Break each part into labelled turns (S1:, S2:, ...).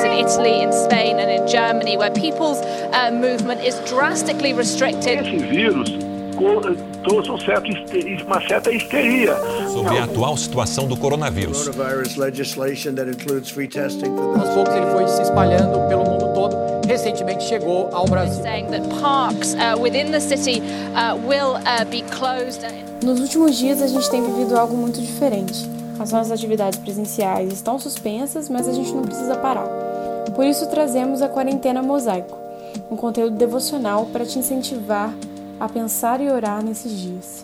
S1: in Italy, in Spain and in Germany, where people's movement is drastically restricted.
S2: Esse vírus trouxe uma certa histeria
S3: sobre a atual situação do coronavírus.
S4: Aos
S5: poucos ele foi se espalhando pelo mundo todo. Recentemente chegou ao Brasil.
S6: Nos últimos dias a gente tem vivido algo muito diferente. As nossas atividades presenciais estão suspensas, mas a gente não precisa parar. Por isso trazemos a Quarentena Mosaico, um conteúdo devocional para te incentivar a pensar e orar nesses dias.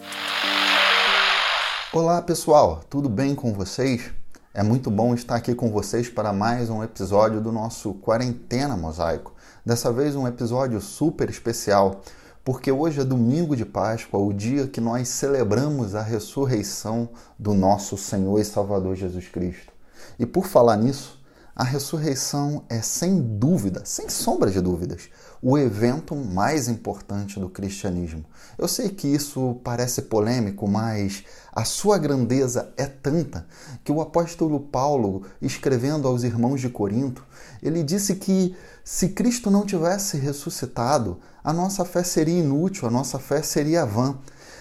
S7: Olá pessoal, tudo bem com vocês? É muito bom estar aqui com vocês para mais um episódio do nosso Quarentena Mosaico. Dessa vez um episódio super especial, porque hoje é domingo de Páscoa, o dia que nós celebramos a ressurreição do nosso Senhor e Salvador Jesus Cristo. E por falar nisso, a ressurreição é sem dúvida, sem sombra de dúvidas, o evento mais importante do cristianismo. Eu sei que isso parece polêmico, mas a sua grandeza é tanta que o apóstolo Paulo, escrevendo aos irmãos de Corinto, ele disse que se Cristo não tivesse ressuscitado, a nossa fé seria inútil, a nossa fé seria vã.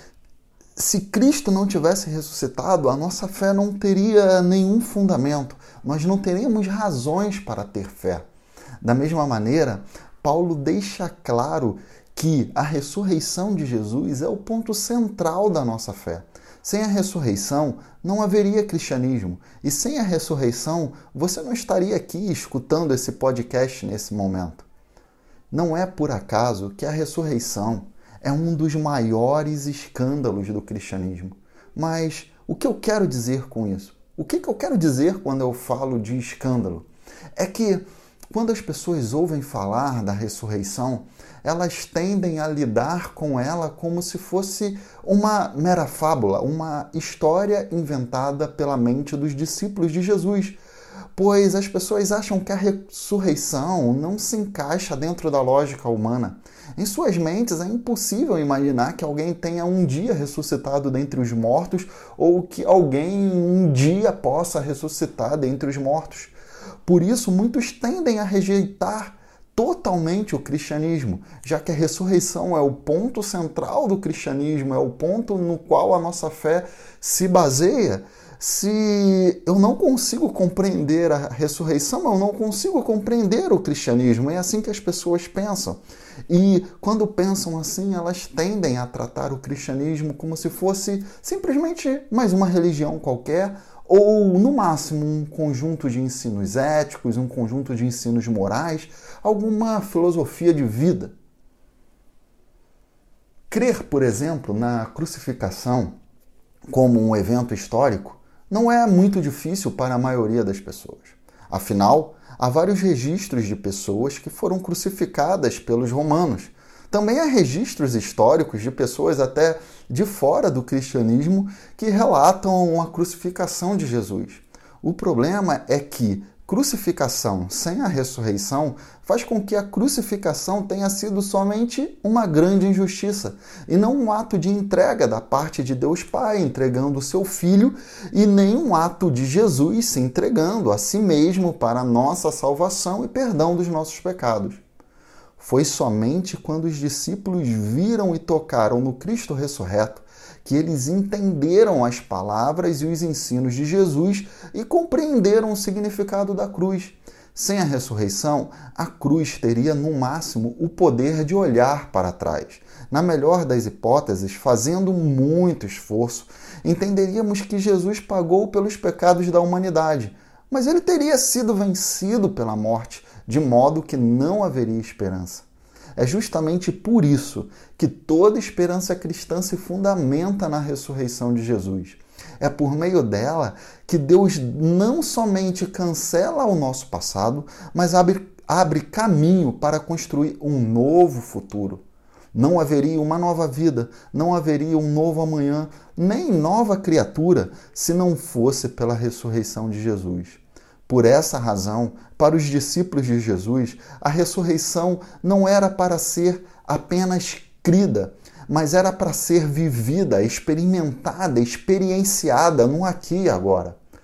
S7: Se Cristo não tivesse ressuscitado, a nossa fé não teria nenhum fundamento. Nós não teríamos razões para ter fé. Da mesma maneira, Paulo deixa claro que a ressurreição de Jesus é o ponto central da nossa fé. Sem a ressurreição, não haveria cristianismo. E sem a ressurreição, você não estaria aqui escutando esse podcast nesse momento. Não é por acaso que a ressurreição é um dos maiores escândalos do cristianismo. Mas o que eu quero dizer com isso? O que eu quero dizer quando eu falo de escândalo? É que quando as pessoas ouvem falar da ressurreição, elas tendem a lidar com ela como se fosse uma mera fábula, uma história inventada pela mente dos discípulos de Jesus. Pois as pessoas acham que a ressurreição não se encaixa dentro da lógica humana. Em suas mentes é impossível imaginar que alguém tenha um dia ressuscitado dentre os mortos ou que alguém um dia possa ressuscitar dentre os mortos. Por isso, muitos tendem a rejeitar totalmente o cristianismo, já que a ressurreição é o ponto central do cristianismo, é o ponto no qual a nossa fé se baseia. Se eu não consigo compreender a ressurreição, eu não consigo compreender o cristianismo. É assim que as pessoas pensam. E quando pensam assim, elas tendem a tratar o cristianismo como se fosse simplesmente mais uma religião qualquer, ou, no máximo, um conjunto de ensinos éticos, um conjunto de ensinos morais, alguma filosofia de vida. Crer, por exemplo, na crucificação como um evento histórico não é muito difícil para a maioria das pessoas. Afinal, há vários registros de pessoas que foram crucificadas pelos romanos. Também há registros históricos de pessoas até de fora do cristianismo que relatam a crucificação de Jesus. O problema é que crucificação sem a ressurreição faz com que a crucificação tenha sido somente uma grande injustiça e não um ato de entrega da parte de Deus Pai entregando o seu Filho e nem um ato de Jesus se entregando a si mesmo para a nossa salvação e perdão dos nossos pecados. Foi somente quando os discípulos viram e tocaram no Cristo ressurreto que eles entenderam as palavras e os ensinos de Jesus e compreenderam o significado da cruz. Sem a ressurreição, a cruz teria, no máximo, o poder de olhar para trás. Na melhor das hipóteses, fazendo muito esforço, entenderíamos que Jesus pagou pelos pecados da humanidade, mas ele teria sido vencido pela morte, de modo que não haveria esperança. É justamente por isso que toda esperança cristã se fundamenta na ressurreição de Jesus. É por meio dela que Deus não somente cancela o nosso passado, mas abre caminho para construir um novo futuro. Não haveria uma nova vida, não haveria um novo amanhã, nem nova criatura, se não fosse pela ressurreição de Jesus. Por essa razão, para os discípulos de Jesus, a ressurreição não era para ser apenas crida, mas era para ser vivida, experimentada, experienciada no aqui e agora.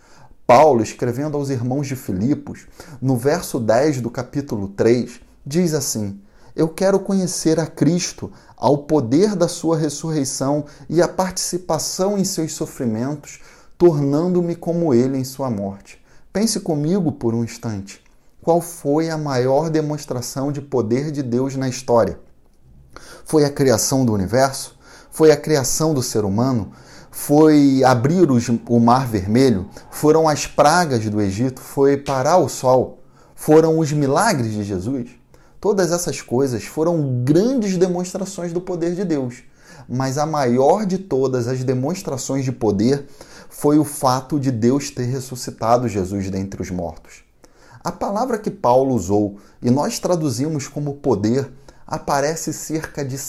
S7: Paulo, escrevendo aos irmãos de Filipos, no verso 10 do capítulo 3, diz assim: eu quero conhecer a Cristo, ao poder da sua ressurreição e a participação em seus sofrimentos, tornando-me como ele em sua morte. Pense comigo por um instante. Qual foi a maior demonstração de poder de Deus na história? Foi a criação do universo? Foi a criação do ser humano? Foi abrir o Mar Vermelho? Foram as pragas do Egito? Foi parar o sol? Foram os milagres de Jesus? Todas essas coisas foram grandes demonstrações do poder de Deus. Mas a maior de todas as demonstrações de poder foi o fato de Deus ter ressuscitado Jesus dentre os mortos. A palavra que Paulo usou, e nós traduzimos como poder, aparece cerca de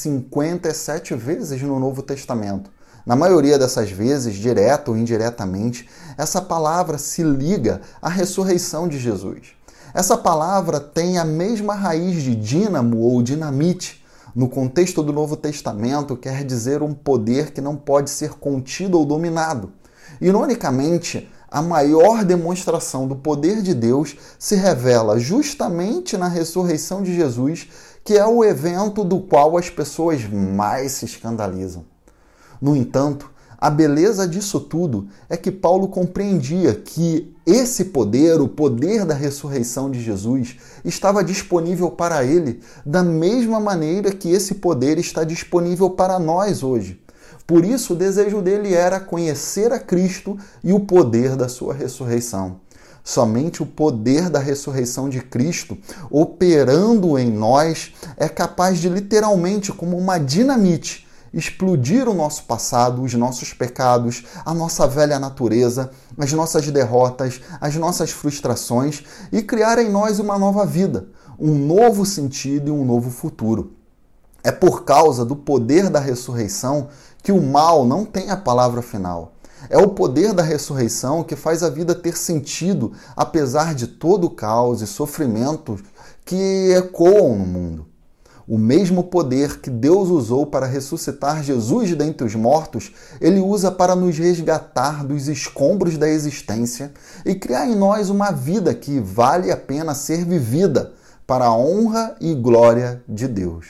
S7: 57 vezes no Novo Testamento. Na maioria dessas vezes, direta ou indiretamente, essa palavra se liga à ressurreição de Jesus. Essa palavra tem a mesma raiz de dínamo ou dinamite. No contexto do Novo Testamento, quer dizer um poder que não pode ser contido ou dominado. Ironicamente, a maior demonstração do poder de Deus se revela justamente na ressurreição de Jesus, que é o evento do qual as pessoas mais se escandalizam. No entanto, a beleza disso tudo é que Paulo compreendia que esse poder, o poder da ressurreição de Jesus, estava disponível para ele da mesma maneira que esse poder está disponível para nós hoje. Por isso, o desejo dele era conhecer a Cristo e o poder da sua ressurreição. Somente o poder da ressurreição de Cristo, operando em nós, é capaz de literalmente, como uma dinamite, explodir o nosso passado, os nossos pecados, a nossa velha natureza, as nossas derrotas, as nossas frustrações e criar em nós uma nova vida, um novo sentido e um novo futuro. É por causa do poder da ressurreição que o mal não tem a palavra final. É o poder da ressurreição que faz a vida ter sentido, apesar de todo o caos e sofrimento que ecoam no mundo. O mesmo poder que Deus usou para ressuscitar Jesus dentre os mortos, Ele usa para nos resgatar dos escombros da existência e criar em nós uma vida que vale a pena ser vivida para a honra e glória de Deus.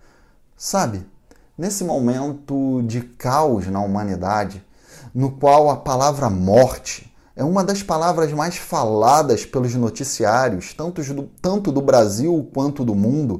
S7: Sabe, nesse momento de caos na humanidade, no qual a palavra morte é uma das palavras mais faladas pelos noticiários, tanto do Brasil quanto do mundo,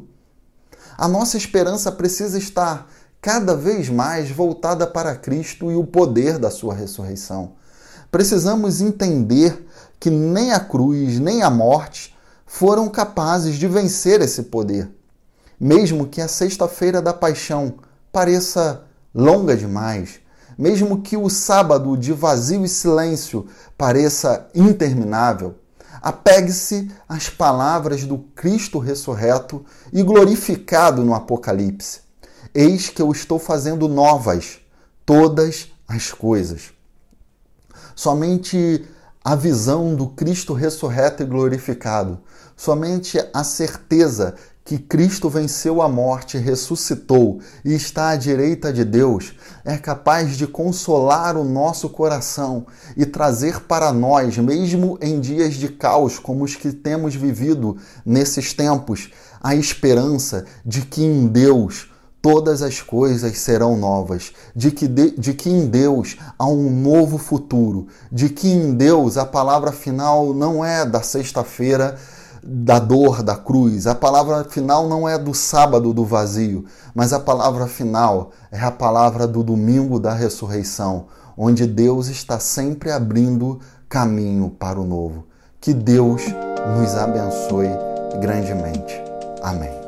S7: a nossa esperança precisa estar cada vez mais voltada para Cristo e o poder da sua ressurreição. Precisamos entender que nem a cruz, nem a morte foram capazes de vencer esse poder. Mesmo que a sexta-feira da paixão pareça longa demais, mesmo que o sábado de vazio e silêncio pareça interminável, apegue-se às palavras do Cristo ressurreto e glorificado no Apocalipse. Eis que eu estou fazendo novas todas as coisas. Somente a visão do Cristo ressurreto e glorificado, somente a certeza que Cristo venceu a morte, ressuscitou e está à direita de Deus, é capaz de consolar o nosso coração e trazer para nós, mesmo em dias de caos como os que temos vivido nesses tempos, a esperança de que em Deus todas as coisas serão novas, de que em Deus há um novo futuro, de que em Deus a palavra final não é da sexta-feira, da dor, da cruz. A palavra final não é do sábado do vazio, mas a palavra final é a palavra do domingo da ressurreição, onde Deus está sempre abrindo caminho para o novo. Que Deus nos abençoe grandemente. Amém.